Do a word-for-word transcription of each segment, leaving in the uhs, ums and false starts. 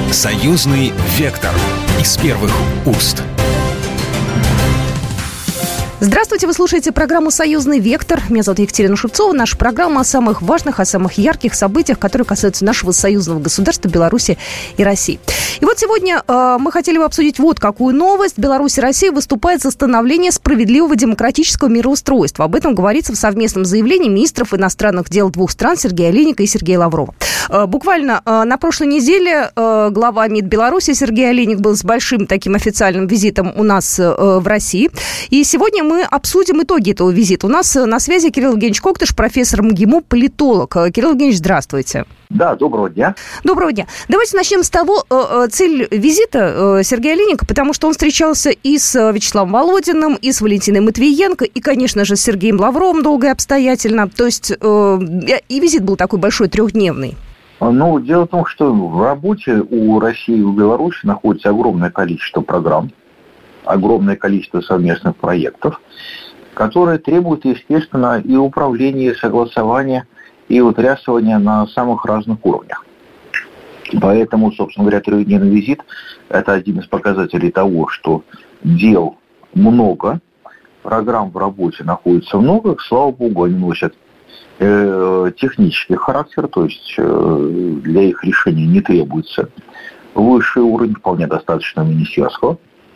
Союзный вектор из первых уст. Здравствуйте, вы слушаете программу «Союзный вектор». Меня зовут Екатерина Шевцова. Наша программа о самых важных, о самых ярких событиях, которые касаются нашего союзного государства Беларуси и России. И вот сегодня э, мы хотели бы обсудить вот какую новость. Беларусь и Россия выступают за становление справедливого демократического мироустройства. Об этом говорится в совместном заявлении министров иностранных дел двух стран Сергея Алейника и Сергея Лаврова. Э, буквально э, на прошлой неделе э, глава МИД Беларуси Сергей Алейник был с большим таким официальным визитом у нас э, в России. И сегодня мы обсудим итоги этого визита. У нас на связи Кирилл Евгеньевич Коктыш, профессор МГИМО, политолог. Кирилл Евгеньевич, здравствуйте. Да, доброго дня. Доброго дня. Давайте начнем с того, цель визита Сергея Алейника, потому что он встречался и с Вячеславом Володиным, и с Валентиной Матвиенко, и, конечно же, с Сергеем Лавровым долго и обстоятельно. То есть и визит был такой большой, трехдневный. Ну, дело в том, что в работе у России и у Беларуси находится огромное количество программ, огромное количество совместных проектов, которые требуют, естественно, и управления, и согласования, и утрясывания на самых разных уровнях. Поэтому, собственно говоря, трехдневный визит – это один из показателей того, что дел много, программ в работе находится много, слава богу, они носят э, технический характер, то есть э, для их решения не требуется высший уровень, вполне достаточно министерского.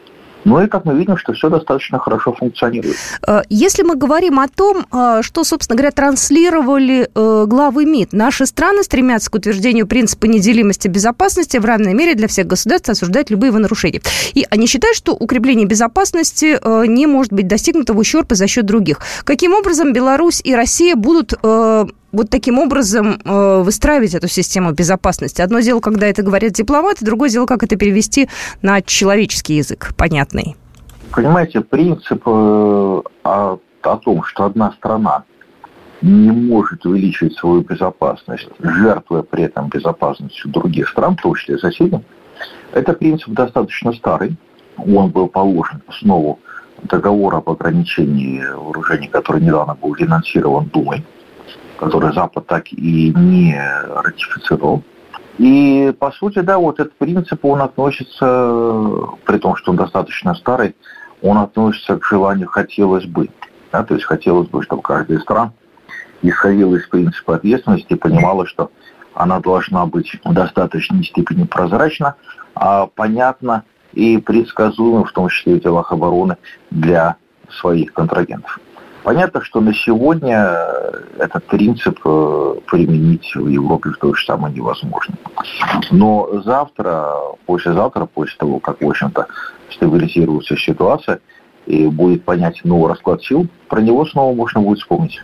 Ну и, как мы видим, что все достаточно хорошо функционирует. Если мы говорим о том, что, собственно говоря, транслировали главы МИД, наши страны стремятся к утверждению принципа неделимости безопасности в равной мере для всех государств, осуждают любые его нарушения. И они считают, что укрепление безопасности не может быть достигнуто в ущерб и за счет других. Каким образом Беларусь и Россия будут вот таким образом э, выстраивать эту систему безопасности? Одно дело, когда это говорят дипломаты, другое дело, как это перевести на человеческий язык, понятный. Понимаете, принцип э, о, о том, что одна страна не может увеличить свою безопасность, жертвуя при этом безопасностью других стран, в том числе соседей, это принцип достаточно старый. Он был положен в основу договора об ограничении вооружений, который недавно был денонсирован Думой, который Запад так и не ратифицировал. И, по сути, да, вот этот принцип, он относится, при том, что он достаточно старый, он относится к желанию «хотелось бы». Да, то есть хотелось бы, чтобы каждая страна исходила из принципа ответственности и понимала, что она должна быть в достаточной степени прозрачна, а понятна и предсказуема, в том числе и в делах обороны, для своих контрагентов. Понятно, что на сегодня этот принцип применить в Европе в то же самое невозможно. Но завтра, послезавтра, после того, как, в общем-то, стабилизируется ситуация и будет понятен новый расклад сил, про него снова можно будет вспомнить.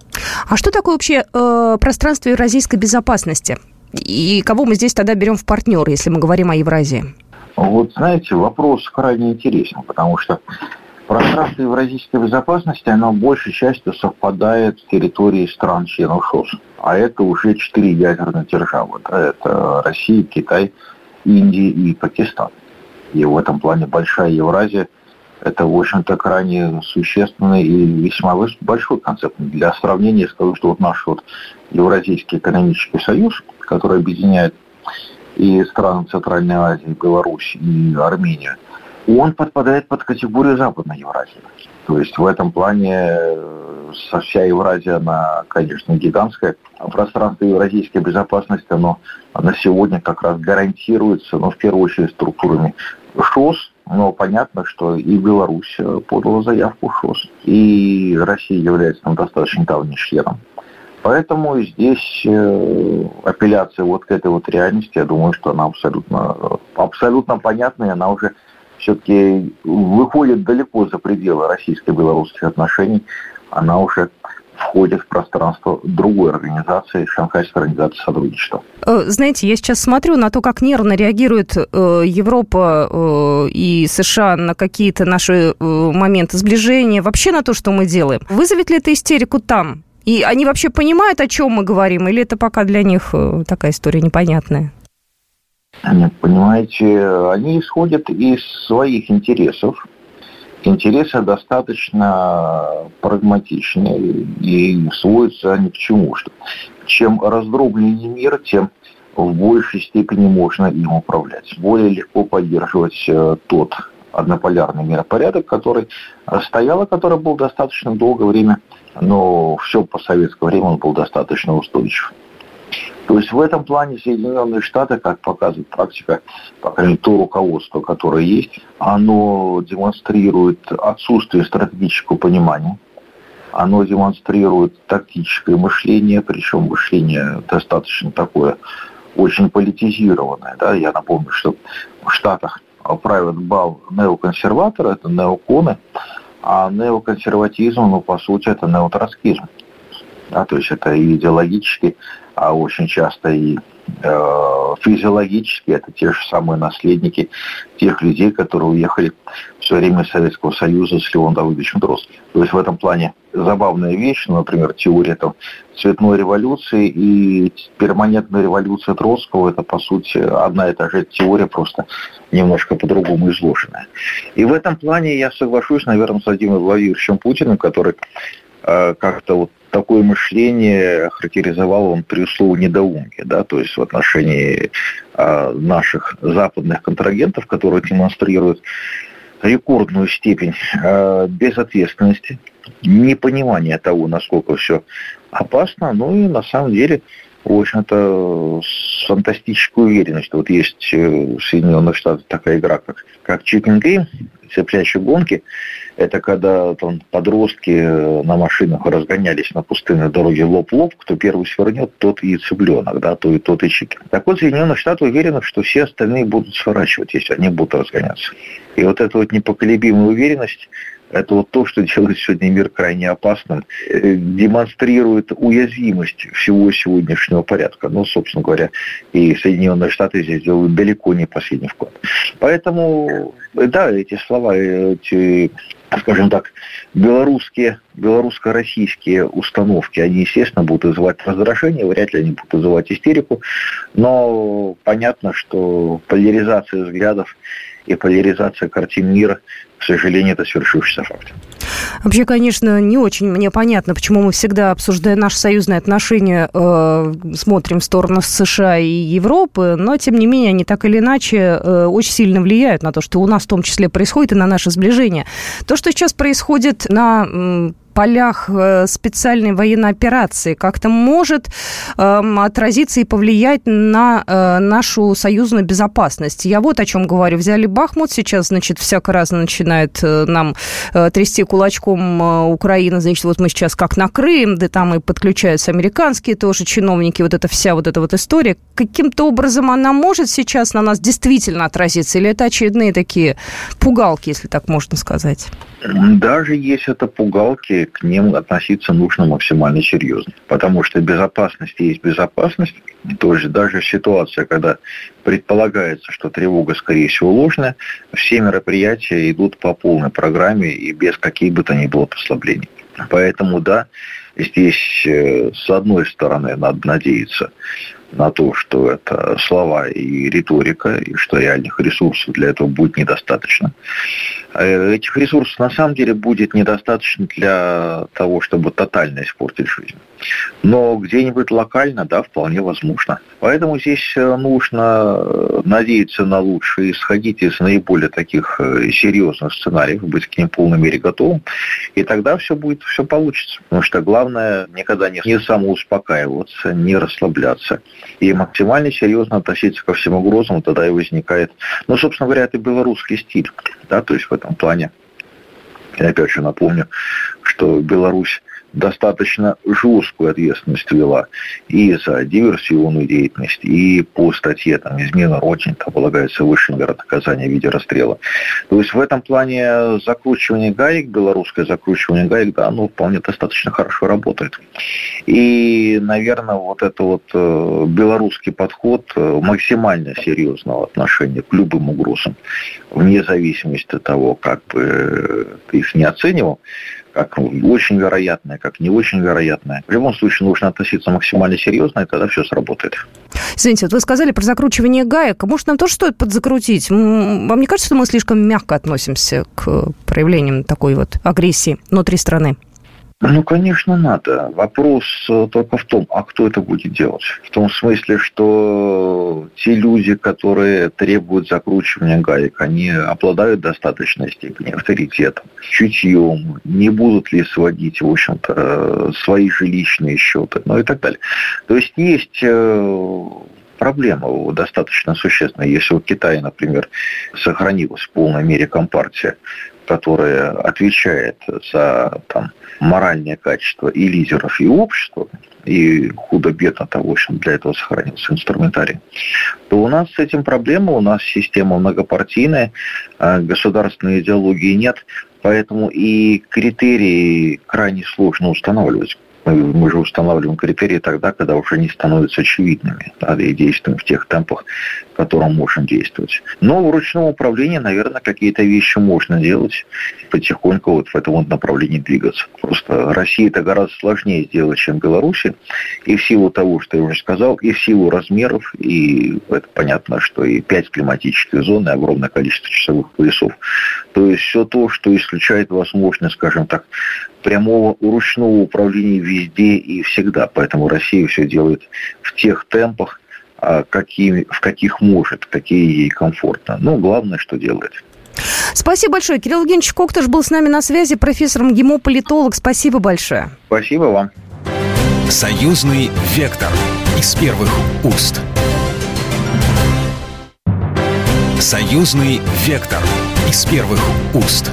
А что такое вообще э, пространство евразийской безопасности? И кого мы здесь тогда берем в партнеры, если мы говорим о Евразии? Вот, знаете, вопрос крайне интересен, потому что пространство евразийской безопасности, оно большей частью совпадает с территорией стран-членов ШОС. А это уже четыре ядерных державы. Да? Это Россия, Китай, Индия и Пакистан. И в этом плане большая Евразия – это, в общем-то, крайне существенный и весьма большой концепт. Для сравнения скажу, что вот наш вот Евразийский экономический союз, который объединяет и страны Центральной Азии, Беларусь и Армению, он подпадает под категорию Западной Евразии. То есть в этом плане со вся Евразия, она, конечно, гигантская. А пространство евразийской безопасности, оно на сегодня как раз гарантируется, ну, в первую очередь, структурами ШОС. Но понятно, что и Беларусь подала заявку в ШОС, и Россия является там достаточно давним членом. Поэтому здесь апелляция вот к этой вот реальности, я думаю, что она абсолютно, абсолютно понятна, и она уже все-таки выходит далеко за пределы российско-белорусских отношений, она уже входит в пространство другой организации, Шанхайской организации сотрудничества. Знаете, я сейчас смотрю на то, как нервно реагирует э, Европа э, и США на какие-то наши э, моменты сближения, вообще на то, что мы делаем. Вызовет ли это истерику там? И они вообще понимают, о чем мы говорим, или это пока для них э, такая история непонятная? Нет, понимаете, они исходят из своих интересов. Интересы достаточно прагматичные и сводятся они к чему? Что чем раздробленнее мир, тем в большей степени можно им управлять. Более легко поддерживать э, тот однополярный миропорядок, который стоял, и который был достаточно долгое время, но все по советское время он был достаточно устойчив. То есть в этом плане Соединенные Штаты, как показывает практика, по крайней мере, то руководство, которое есть, оно демонстрирует отсутствие стратегического понимания, оно демонстрирует тактическое мышление, причем мышление достаточно такое, очень политизированное. Да? Я напомню, что в Штатах правят бал неоконсерваторы, это неоконы, а неоконсерватизм, ну, по сути, это неотроцкизм. Да, то есть это и идеологически, а очень часто и э, физиологически это те же самые наследники тех людей, которые уехали все время из Советского Союза с Львом Давыдовичем Троцким. То есть в этом плане забавная вещь, например, теория там, цветной революции и перманентная революция Троцкого, это, по сути, одна и та же теория, просто немножко по-другому изложенная. И в этом плане я соглашусь, наверное, с Владимиром Владимировичем Путиным, который э, как-то вот такое мышление характеризовал он при слове недоумки, да, то есть в отношении э, наших западных контрагентов, которые демонстрируют рекордную степень э, безответственности, непонимания того, насколько все опасно, ну и на самом деле, в общем-то, с фантастической уверенностью. Вот есть в Соединенных Штатах такая игра, как, как Chicken Game, цепляющие гонки. Это когда там подростки на машинах разгонялись на пустынной дороге лоб-лоб, кто первый свернет, тот и цыпленок, да, то и тот и чикен. Так вот, Соединенные Штаты уверены, что все остальные будут сворачивать, если они будут разгоняться. И вот эта вот непоколебимая уверенность, это вот то, что делает сегодня мир крайне опасным, демонстрирует уязвимость всего сегодняшнего порядка. Ну, собственно говоря, и Соединенные Штаты здесь делают далеко не последний вклад. Поэтому, да, эти слова, эти, скажем так, белорусские, белорусско-российские установки, они, естественно, будут вызывать раздражение, вряд ли они будут вызывать истерику, но понятно, что поляризация взглядов и поляризация картин мира, к сожалению, это свершившийся факт. Вообще, конечно, не очень мне понятно, почему мы всегда, обсуждая наши союзные отношения, э, смотрим в сторону США и Европы, но, тем не менее, они так или иначе э, очень сильно влияют на то, что у нас в том числе происходит, и на наше сближение. То, что сейчас происходит на м, полях специальной военной операции, как-то может э, отразиться и повлиять на э, нашу союзную безопасность. Я вот о чем говорю. Взяли Бахмут, сейчас, значит, всяко раз начинает э, нам э, трясти кулачком э, Украина, значит, вот мы сейчас как на Крым, да там и подключаются американские тоже чиновники, вот эта вся вот эта вот история. Каким-то образом она может сейчас на нас действительно отразиться, или это очередные такие пугалки, если так можно сказать? Даже если это пугалки, к ним относиться нужно максимально серьезно. Потому что безопасность есть безопасность. То есть даже ситуация, когда предполагается, что тревога, скорее всего, ложная, все мероприятия идут по полной программе и без каких бы то ни было послаблений. Поэтому, да, здесь, с одной стороны, надо надеяться на то, что это слова и риторика, и что реальных ресурсов для этого будет недостаточно. Этих ресурсов на самом деле будет недостаточно для того, чтобы тотально испортить жизнь. Но где-нибудь локально, да, вполне возможно. Поэтому здесь нужно надеяться на лучшее, исходить из наиболее таких серьезных сценариев, быть к ним в полной мере готовым, и тогда все будет, все получится. Потому что главное никогда не, не самоуспокаиваться, не расслабляться. И максимально серьезно относиться ко всем угрозам, тогда и возникает, ну, собственно говоря, это белорусский стиль, да, то есть в этом плане. Я опять же напомню, что Беларусь достаточно жесткую ответственность вела и за диверсионную деятельность, и по статье там, измена Родине, там полагается высшая мера наказания в виде расстрела. То есть в этом плане закручивание гаек, белорусское закручивание гаек, да, оно вполне достаточно хорошо работает. И, наверное, вот это вот э, белорусский подход э, максимально серьезного отношения к любым угрозам, вне зависимости от того, как бы э, ты их не оценивал, как очень вероятное, как не очень вероятное. В любом случае нужно относиться максимально серьезно, и тогда все сработает. Извините, вот вы сказали про закручивание гаек. Может, нам тоже стоит подзакрутить? Вам не кажется, что мы слишком мягко относимся к проявлениям такой вот агрессии внутри страны? Ну, конечно, надо. Вопрос только в том, а кто это будет делать? В том смысле, что те люди, которые требуют закручивания гаек, они обладают достаточной степенью авторитета, чутьем, не будут ли сводить, в общем-то, свои же личные счеты, ну и так далее. То есть есть проблема достаточно существенная. Если у Китая, например, сохранилась в полной мере компартия, которая отвечает за там, моральное качество и лидеров, и общества, и худо-бедно того, в общем, для этого сохранился инструментарий, то у нас с этим проблема, у нас система многопартийная, государственной идеологии нет, поэтому и критерии крайне сложно устанавливать. Мы, мы же устанавливаем критерии тогда, когда уже не становятся очевидными, да, и действуем в тех темпах, в котором можем действовать. Но в ручном управлении, наверное, какие-то вещи можно делать, потихоньку вот в этом вот направлении двигаться. Просто России это гораздо сложнее сделать, чем Беларуси, и в силу того, что я уже сказал, и в силу размеров, и это понятно, что и пять климатических зон, и огромное количество часовых поясов. То есть все то, что исключает возможность, скажем так, прямого ручного управления везде и всегда. Поэтому Россия все делает в тех темпах, какие, в каких может, какие ей комфортно. Но главное, что делает. Спасибо большое. Кирилл Евгеньевич Коктыш был с нами на связи, профессор МГИМО, политолог. Спасибо большое. Спасибо вам. Союзный вектор из первых уст. Союзный вектор из первых уст.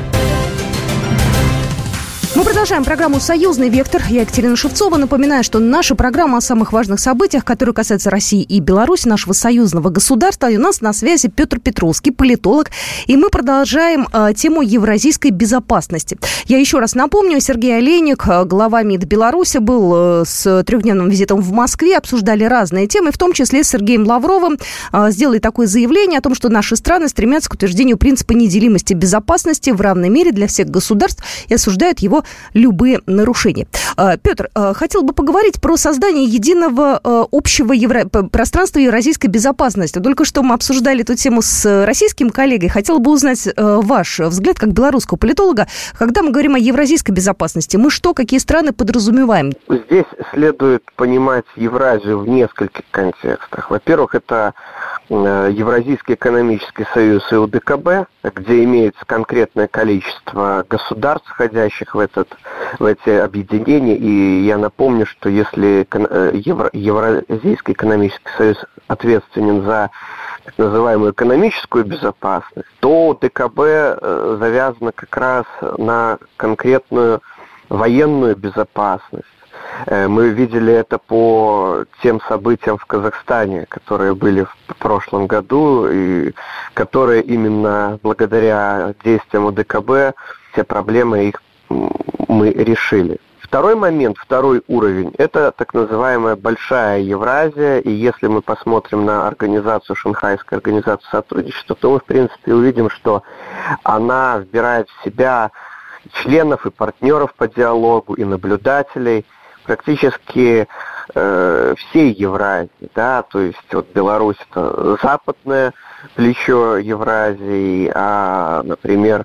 Мы продолжаем программу «Союзный вектор». Я Екатерина Шевцова. Напоминаю, что наша программа о самых важных событиях, которые касаются России и Беларуси, нашего союзного государства. И у нас на связи Петр Петровский, политолог. И мы продолжаем э, тему евразийской безопасности. Я еще раз напомню, Сергей Олейник, глава МИД Беларуси, был э, с трехдневным визитом в Москве. Обсуждали разные темы, в том числе с Сергеем Лавровым. Э, сделали такое заявление о том, что наши страны стремятся к утверждению принципа неделимости безопасности в равной мере для всех государств и осуждают его любые нарушения. Петр, хотел бы поговорить про создание единого общего евро... пространства евразийской безопасности. Только что мы обсуждали эту тему с российским коллегой. Хотела бы узнать ваш взгляд как белорусского политолога. Когда мы говорим о евразийской безопасности, мы что, какие страны подразумеваем? Здесь следует понимать Евразию в нескольких контекстах. Во-первых, это Евразийский экономический союз и УДКБ, где имеется конкретное количество государств, входящих в, этот, в эти объединения. И я напомню, что если Евро, Евразийский экономический союз ответственен за так называемую экономическую безопасность, то УДКБ завязано как раз на конкретную военную безопасность. Мы видели это по тем событиям в Казахстане, которые были в прошлом году, и которые именно благодаря действиям УДКБ все проблемы их мы решили. Второй момент, второй уровень, это так называемая Большая Евразия, и если мы посмотрим на организацию, Шанхайскую организацию сотрудничества, то мы, в принципе, увидим, что она вбирает в себя членов и партнеров по диалогу, и наблюдателей, практически э, всей Евразии, да, то есть вот Беларусь это западное плечо Евразии, а, например,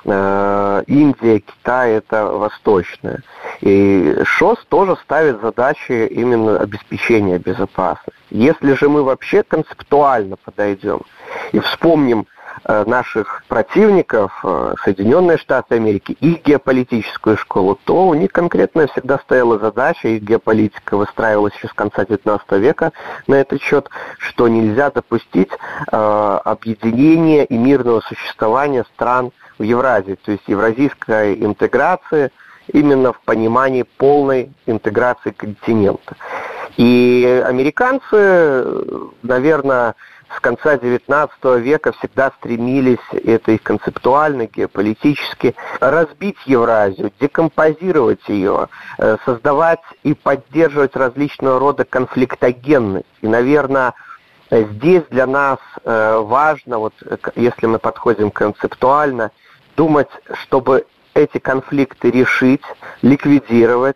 э, Индия, Китай это восточное. И ШОС тоже ставит задачи именно обеспечения безопасности. Если же мы вообще концептуально подойдем и вспомним наших противников, Соединенные Штаты Америки, их геополитическую школу, то у них конкретно всегда стояла задача, их геополитика выстраивалась еще с конца девятнадцатого века на этот счет, что нельзя допустить э, объединения и мирного существования стран в Евразии, то есть евразийской интеграции именно в понимании полной интеграции континента. И американцы, наверное, с конца девятнадцатого века всегда стремились, это их концептуально, геополитически, разбить Евразию, декомпозировать ее, создавать и поддерживать различного рода конфликтогенность. И, наверное, здесь для нас важно, вот, если мы подходим концептуально, думать, чтобы эти конфликты решить, ликвидировать,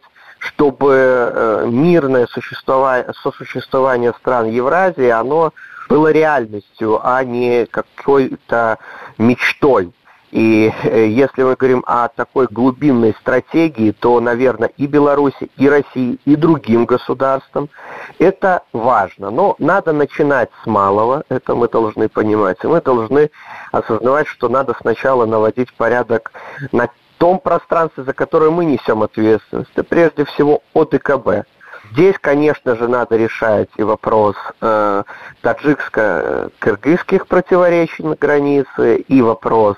чтобы мирное существование, сосуществование стран Евразии, оно было реальностью, а не какой-то мечтой. И если мы говорим о такой глубинной стратегии, то, наверное, и Беларуси, и России, и другим государствам это важно. Но надо начинать с малого, это мы должны понимать. И мы должны осознавать, что надо сначала наводить порядок на том пространстве, за которое мы несем ответственность. Это прежде всего о дэ ка бэ. Здесь, конечно же, надо решать и вопрос э, таджикско-кыргызских противоречий на границе, и вопрос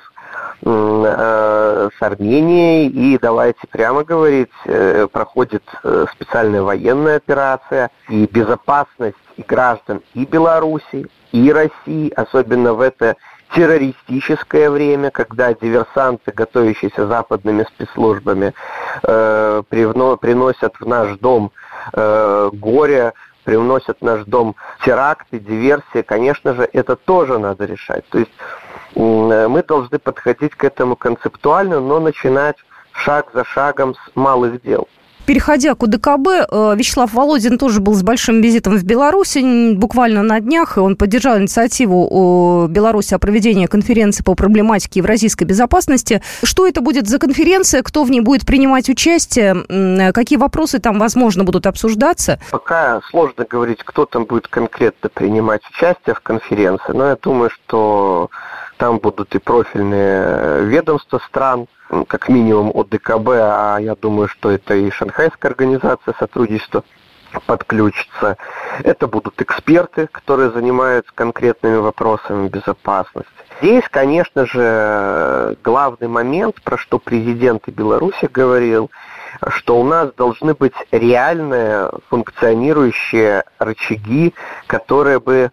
э, с Арменией, и давайте прямо говорить, э, проходит э, специальная военная операция, и безопасность и граждан и Беларуси, и России, особенно в это террористическое время, когда диверсанты, готовящиеся западными спецслужбами, э, привно, приносят в наш дом э, горе, привносят в наш дом теракты, диверсии, конечно же, это тоже надо решать. То есть э, мы должны подходить к этому концептуально, но начинать шаг за шагом с малых дел. Переходя к о дэ ка бэ, Вячеслав Володин тоже был с большим визитом в Беларуси буквально на днях, и он поддержал инициативу Беларуси о проведении конференции по проблематике евразийской безопасности. Что это будет за конференция, кто в ней будет принимать участие, какие вопросы там, возможно, будут обсуждаться? Пока сложно говорить, кто там будет конкретно принимать участие в конференции, но я думаю, что там будут и профильные ведомства стран, как минимум о дэ ка бэ, а я думаю, что это и Шанхайская организация сотрудничества подключится. Это будут эксперты, которые занимаются конкретными вопросами безопасности. Здесь, конечно же, главный момент, про что президент Беларуси говорил, что у нас должны быть реальные функционирующие рычаги, которые бы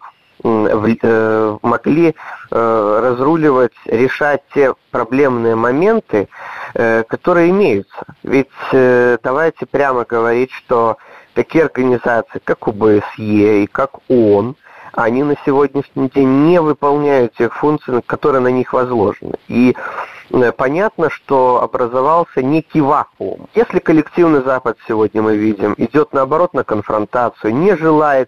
могли разруливать, решать те проблемные моменты, которые имеются. Ведь давайте прямо говорить, что такие организации, как о бэ эс е и как ООН, они на сегодняшний день не выполняют тех функций, которые на них возложены. И понятно, что образовался некий вакуум. Если коллективный Запад сегодня мы видим идет наоборот на конфронтацию, не желает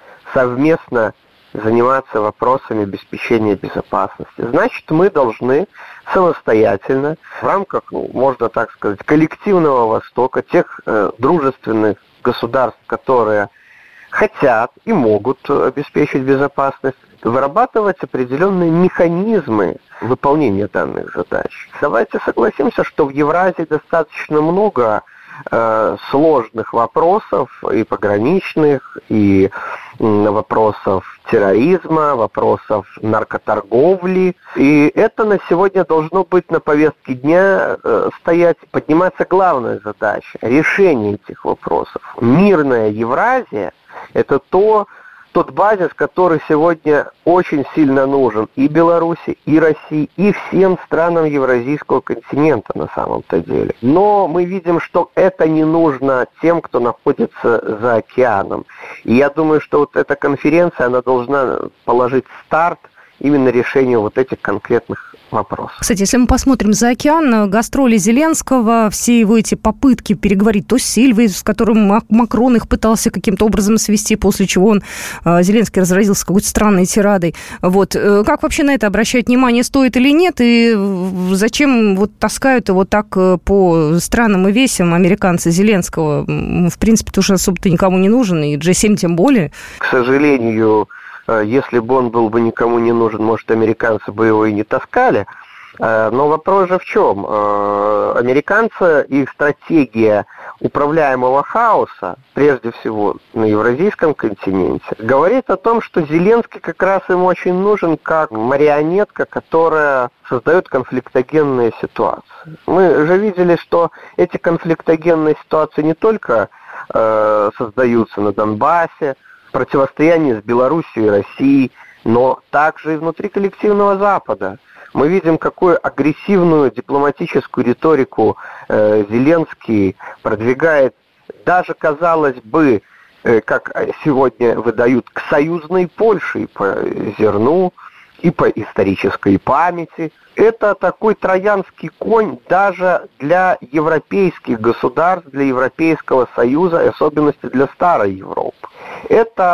совместно заниматься вопросами обеспечения безопасности, значит, мы должны самостоятельно, в рамках, ну, можно так сказать, коллективного Востока, тех э, дружественных государств, которые хотят и могут обеспечить безопасность, вырабатывать определенные механизмы выполнения данных задач. Давайте согласимся, что в Евразии достаточно много э, сложных вопросов, и пограничных, и вопросов терроризма, вопросов наркоторговли. И это на сегодня должно быть на повестке дня э, стоять, подниматься главная задача – решение этих вопросов. Мирная Евразия – это то, тот базис, который сегодня очень сильно нужен и Беларуси, и России, и всем странам Евразийского континента на самом-то деле. Но мы видим, что это не нужно тем, кто находится за океаном. И я думаю, что вот эта конференция, она должна положить старт именно решению вот этих конкретных вопросов. Кстати, если мы посмотрим за океан, гастроли Зеленского, все его эти попытки переговорить то с Сильвой, с которым Макрон их пытался каким-то образом свести, после чего он, Зеленский, разразился какой-то странной тирадой. Вот. Как вообще на это обращать внимание, стоит или нет? И зачем вот таскают его так по странам и весям американцы Зеленского? В принципе, тоже особо-то никому не нужен, и джи семь тем более. К сожалению, если бы он был бы никому не нужен, может, американцы бы его и не таскали. Но вопрос же в чем? Американцы, их стратегия управляемого хаоса, прежде всего на евразийском континенте, говорит о том, что Зеленский как раз им очень нужен как марионетка, которая создает конфликтогенные ситуации. Мы же видели, что эти конфликтогенные ситуации не только э, создаются на Донбассе, противостояние с Белоруссией и Россией, но также и внутри коллективного Запада. Мы видим, какую агрессивную дипломатическую риторику э, Зеленский продвигает, даже, казалось бы, э, как сегодня выдают, к союзной Польше и по зерну, и по исторической памяти. Это такой троянский конь даже для европейских государств, для Европейского Союза, и особенности для старой Европы. Это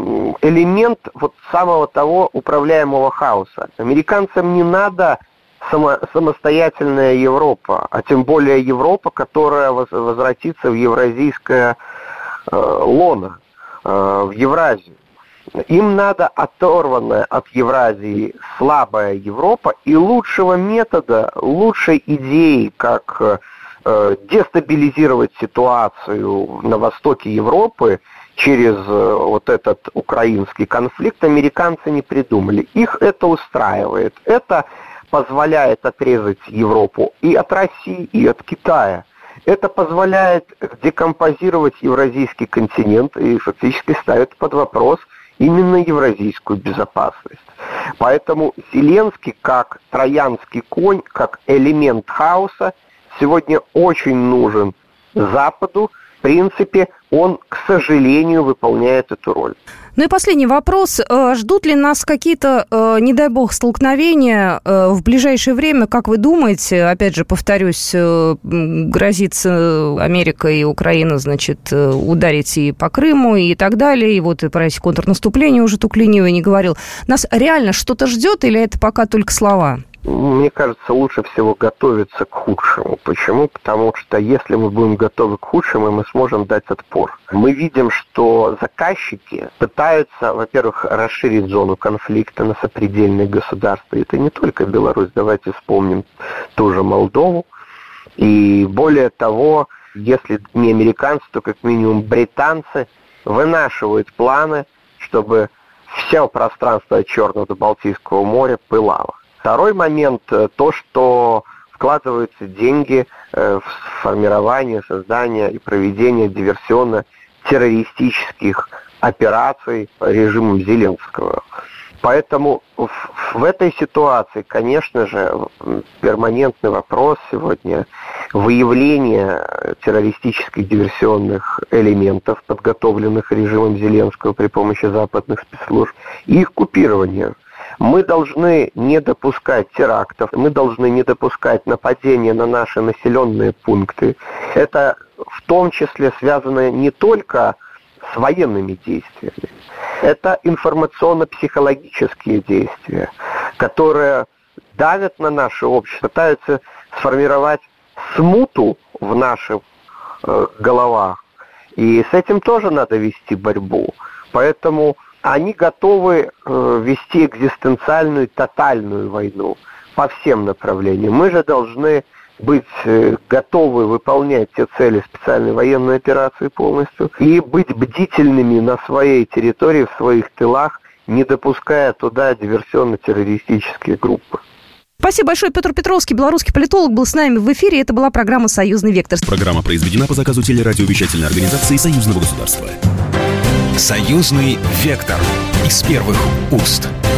элемент вот самого того управляемого хаоса. Американцам не надо само, самостоятельная Европа, а тем более Европа, которая возвратится в евразийское э, лоно, э, в Евразию. Им надо оторванная от Евразии слабая Европа, и лучшего метода, лучшей идеи, как э, дестабилизировать ситуацию на востоке Европы через э, вот этот украинский конфликт, американцы не придумали. Их это устраивает. Это позволяет отрезать Европу и от России, и от Китая. Это позволяет декомпозировать евразийский континент и фактически ставит под вопрос именно евразийскую безопасность. Поэтому Зеленский, как троянский конь, как элемент хаоса, сегодня очень нужен Западу. В принципе, он, к сожалению, выполняет эту роль. Ну и последний вопрос. Ждут ли нас какие-то, не дай бог, столкновения в ближайшее время? Как вы думаете, опять же, повторюсь, грозится Америка и Украина, значит, ударить и по Крыму, и так далее, и вот и про контрнаступление уже Тукленивый не говорил. Нас реально что-то ждет или это пока только слова? Мне кажется, лучше всего готовиться к худшему. Почему? Потому что если мы будем готовы к худшему, мы сможем дать отпор. Мы видим, что заказчики пытаются, во-первых, расширить зону конфликта на сопредельные государства. Это не только Беларусь, давайте вспомним ту же Молдову. И более того, если не американцы, то как минимум британцы вынашивают планы, чтобы все пространство от Черного до Балтийского моря пылало. Второй момент – то, что вкладываются деньги в формирование, создание и проведение диверсионно-террористических операций режимом Зеленского. Поэтому в, в этой ситуации, конечно же, перманентный вопрос сегодня – выявление террористических диверсионных элементов, подготовленных режимом Зеленского при помощи западных спецслужб, и их купирование. Мы должны не допускать терактов, мы должны не допускать нападения на наши населенные пункты. Это в том числе связано не только с военными действиями. Это информационно-психологические действия, которые давят на наше общество, пытаются сформировать смуту в наших э, головах. И с этим тоже надо вести борьбу. Поэтому они готовы э, вести экзистенциальную, тотальную войну по всем направлениям. Мы же должны быть э, готовы выполнять те цели специальной военной операции полностью и быть бдительными на своей территории, в своих тылах, не допуская туда диверсионно-террористические группы. Спасибо большое. Петр Петровский, белорусский политолог, был с нами в эфире. Это была программа «Союзный вектор». Программа произведена по заказу телерадиовещательной организации Союзного государства. «Союзный вектор» из первых уст.